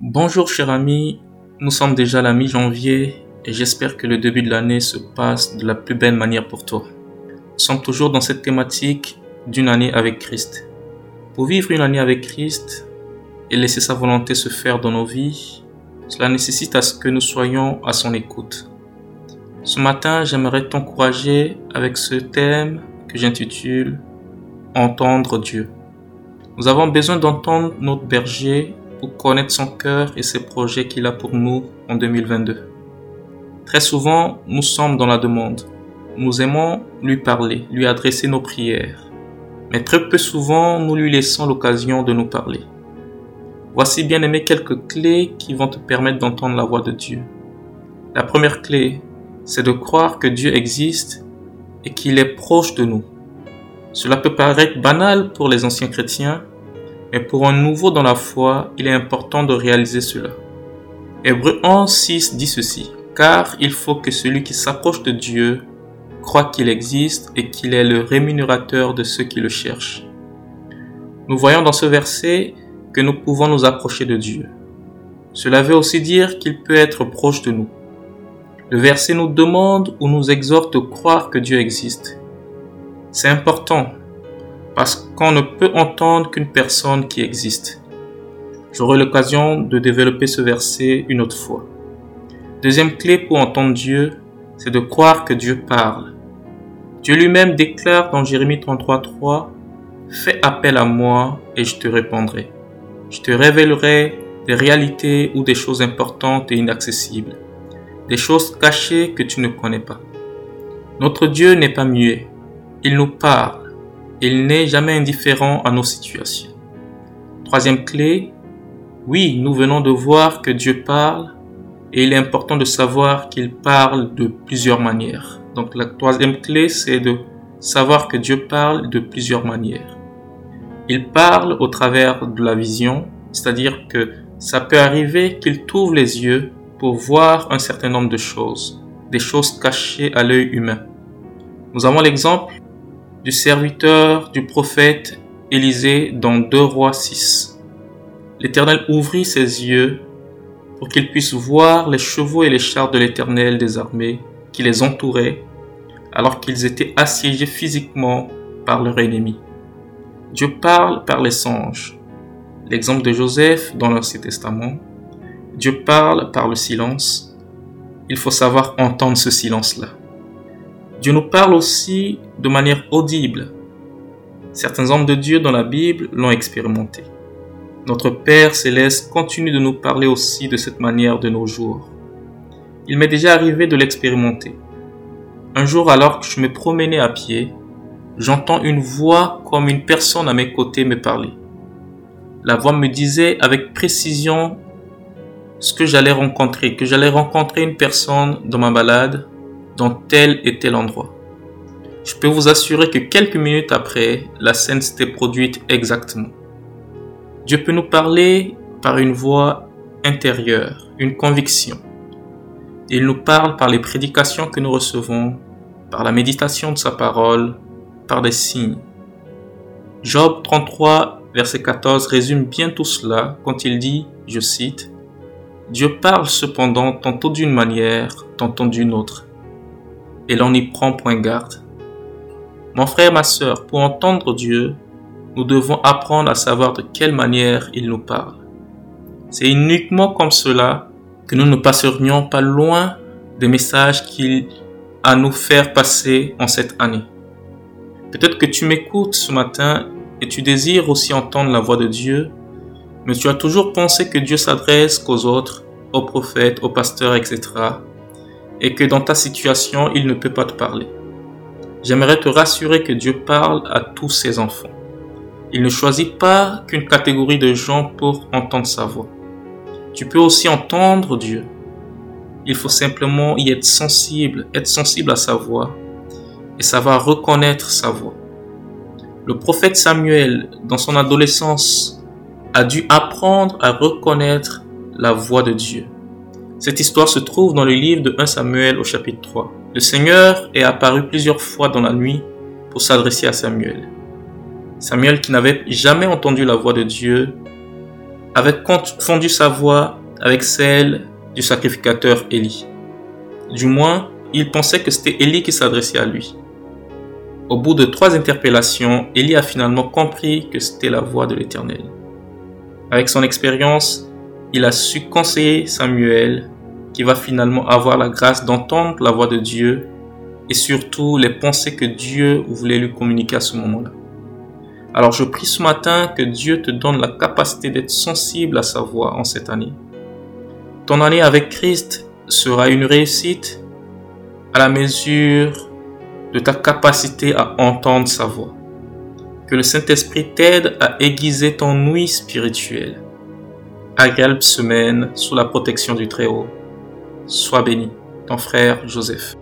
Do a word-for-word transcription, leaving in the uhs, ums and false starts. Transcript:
Bonjour cher ami, nous sommes déjà à la mi-janvier et j'espère que le début de l'année se passe de la plus belle manière pour toi. Nous sommes toujours dans cette thématique d'une année avec Christ. Pour vivre une année avec Christ et laisser sa volonté se faire dans nos vies, cela nécessite à ce que nous soyons à son écoute. Ce matin, j'aimerais t'encourager avec ce thème que j'intitule « Entendre Dieu ». Nous avons besoin d'entendre notre berger pour connaître son cœur et ses projets qu'il a pour nous en deux mille vingt-deux. Très souvent, nous sommes dans la demande. Nous aimons lui parler, lui adresser nos prières. Mais très peu souvent, nous lui laissons l'occasion de nous parler. Voici bien aimé quelques clés qui vont te permettre d'entendre la voix de Dieu. La première clé, c'est de croire que Dieu existe et qu'il est proche de nous. Cela peut paraître banal pour les anciens chrétiens, mais pour un nouveau dans la foi, il est important de réaliser cela. Hébreux onze six dit ceci, « Car il faut que celui qui s'approche de Dieu croit qu'il existe et qu'il est le rémunérateur de ceux qui le cherchent. » Nous voyons dans ce verset que nous pouvons nous approcher de Dieu. Cela veut aussi dire qu'il peut être proche de nous. Le verset nous demande ou nous exhorte de croire que Dieu existe. C'est important parce qu'on ne peut entendre qu'une personne qui existe. J'aurai l'occasion de développer ce verset une autre fois. Deuxième clé pour entendre Dieu, c'est de croire que Dieu parle. Dieu lui-même déclare dans Jérémie trente-trois trois, « Fais appel à moi et je te répondrai. Je te révélerai des réalités ou des choses importantes et inaccessibles, des choses cachées que tu ne connais pas. » Notre Dieu n'est pas muet, il nous parle. Il n'est jamais indifférent à nos situations. Troisième clé, oui, nous venons de voir que Dieu parle et il est important de savoir qu'il parle de plusieurs manières. Donc la troisième clé, c'est de savoir que Dieu parle de plusieurs manières. Il parle au travers de la vision, c'est-à-dire que ça peut arriver qu'il t'ouvre les yeux pour voir un certain nombre de choses, des choses cachées à l'œil humain. Nous avons l'exemple du serviteur du prophète Élisée dans deux Rois six. L'Éternel ouvrit ses yeux pour qu'il puisse voir les chevaux et les chars de l'Éternel des armées qui les entouraient alors qu'ils étaient assiégés physiquement par leur ennemi. Dieu parle par les songes. L'exemple de Joseph dans l'Ancien Testament. Dieu parle par le silence. Il faut savoir entendre ce silence-là. Dieu nous parle aussi de manière audible. Certains hommes de Dieu dans la Bible l'ont expérimenté. Notre Père Céleste continue de nous parler aussi de cette manière de nos jours. Il m'est déjà arrivé de l'expérimenter. Un jour, alors que je me promenais à pied, j'entends une voix comme une personne à mes côtés me parler. La voix me disait avec précision ce que j'allais rencontrer, que j'allais rencontrer une personne dans ma balade, dans tel et tel endroit. Je peux vous assurer que quelques minutes après, la scène s'était produite exactement. Dieu peut nous parler par une voix intérieure, une conviction. Il nous parle par les prédications que nous recevons, par la méditation de sa parole, par des signes. Job trente-trois, verset quatorze résume bien tout cela quand il dit, je cite, « Dieu parle cependant tantôt d'une manière, tantôt d'une autre. Et l'on n'y prend point garde. » Mon frère, ma sœur, pour entendre Dieu, nous devons apprendre à savoir de quelle manière il nous parle. C'est uniquement comme cela que nous ne passerions pas loin des messages qu'il a à nous faire passer en cette année. Peut-être que tu m'écoutes ce matin et tu désires aussi entendre la voix de Dieu, mais tu as toujours pensé que Dieu s'adresse qu'aux autres, aux prophètes, aux pasteurs, et cetera, et que dans ta situation, il ne peut pas te parler. J'aimerais te rassurer que Dieu parle à tous ses enfants. Il ne choisit pas qu'une catégorie de gens pour entendre sa voix. Tu peux aussi entendre Dieu. Il faut simplement y être sensible, être sensible à sa voix et savoir reconnaître sa voix. Le prophète Samuel, dans son adolescence, a dû apprendre à reconnaître la voix de Dieu. Cette histoire se trouve dans le livre de premier Samuel au chapitre trois. Le Seigneur est apparu plusieurs fois dans la nuit pour s'adresser à Samuel. Samuel, qui n'avait jamais entendu la voix de Dieu, avait confondu sa voix avec celle du sacrificateur Élie. Du moins, il pensait que c'était Élie qui s'adressait à lui. Au bout de trois interpellations, Élie a finalement compris que c'était la voix de l'Éternel. Avec son expérience, il a su conseiller Samuel, qui va finalement avoir la grâce d'entendre la voix de Dieu et surtout les pensées que Dieu voulait lui communiquer à ce moment-là. Alors je prie ce matin que Dieu te donne la capacité d'être sensible à sa voix en cette année. Ton année avec Christ sera une réussite à la mesure de ta capacité à entendre sa voix. Que le Saint-Esprit t'aide à aiguiser ton ouïe spirituelle. Agréable semaine sous la protection du Très-Haut. Sois béni, ton frère Joseph.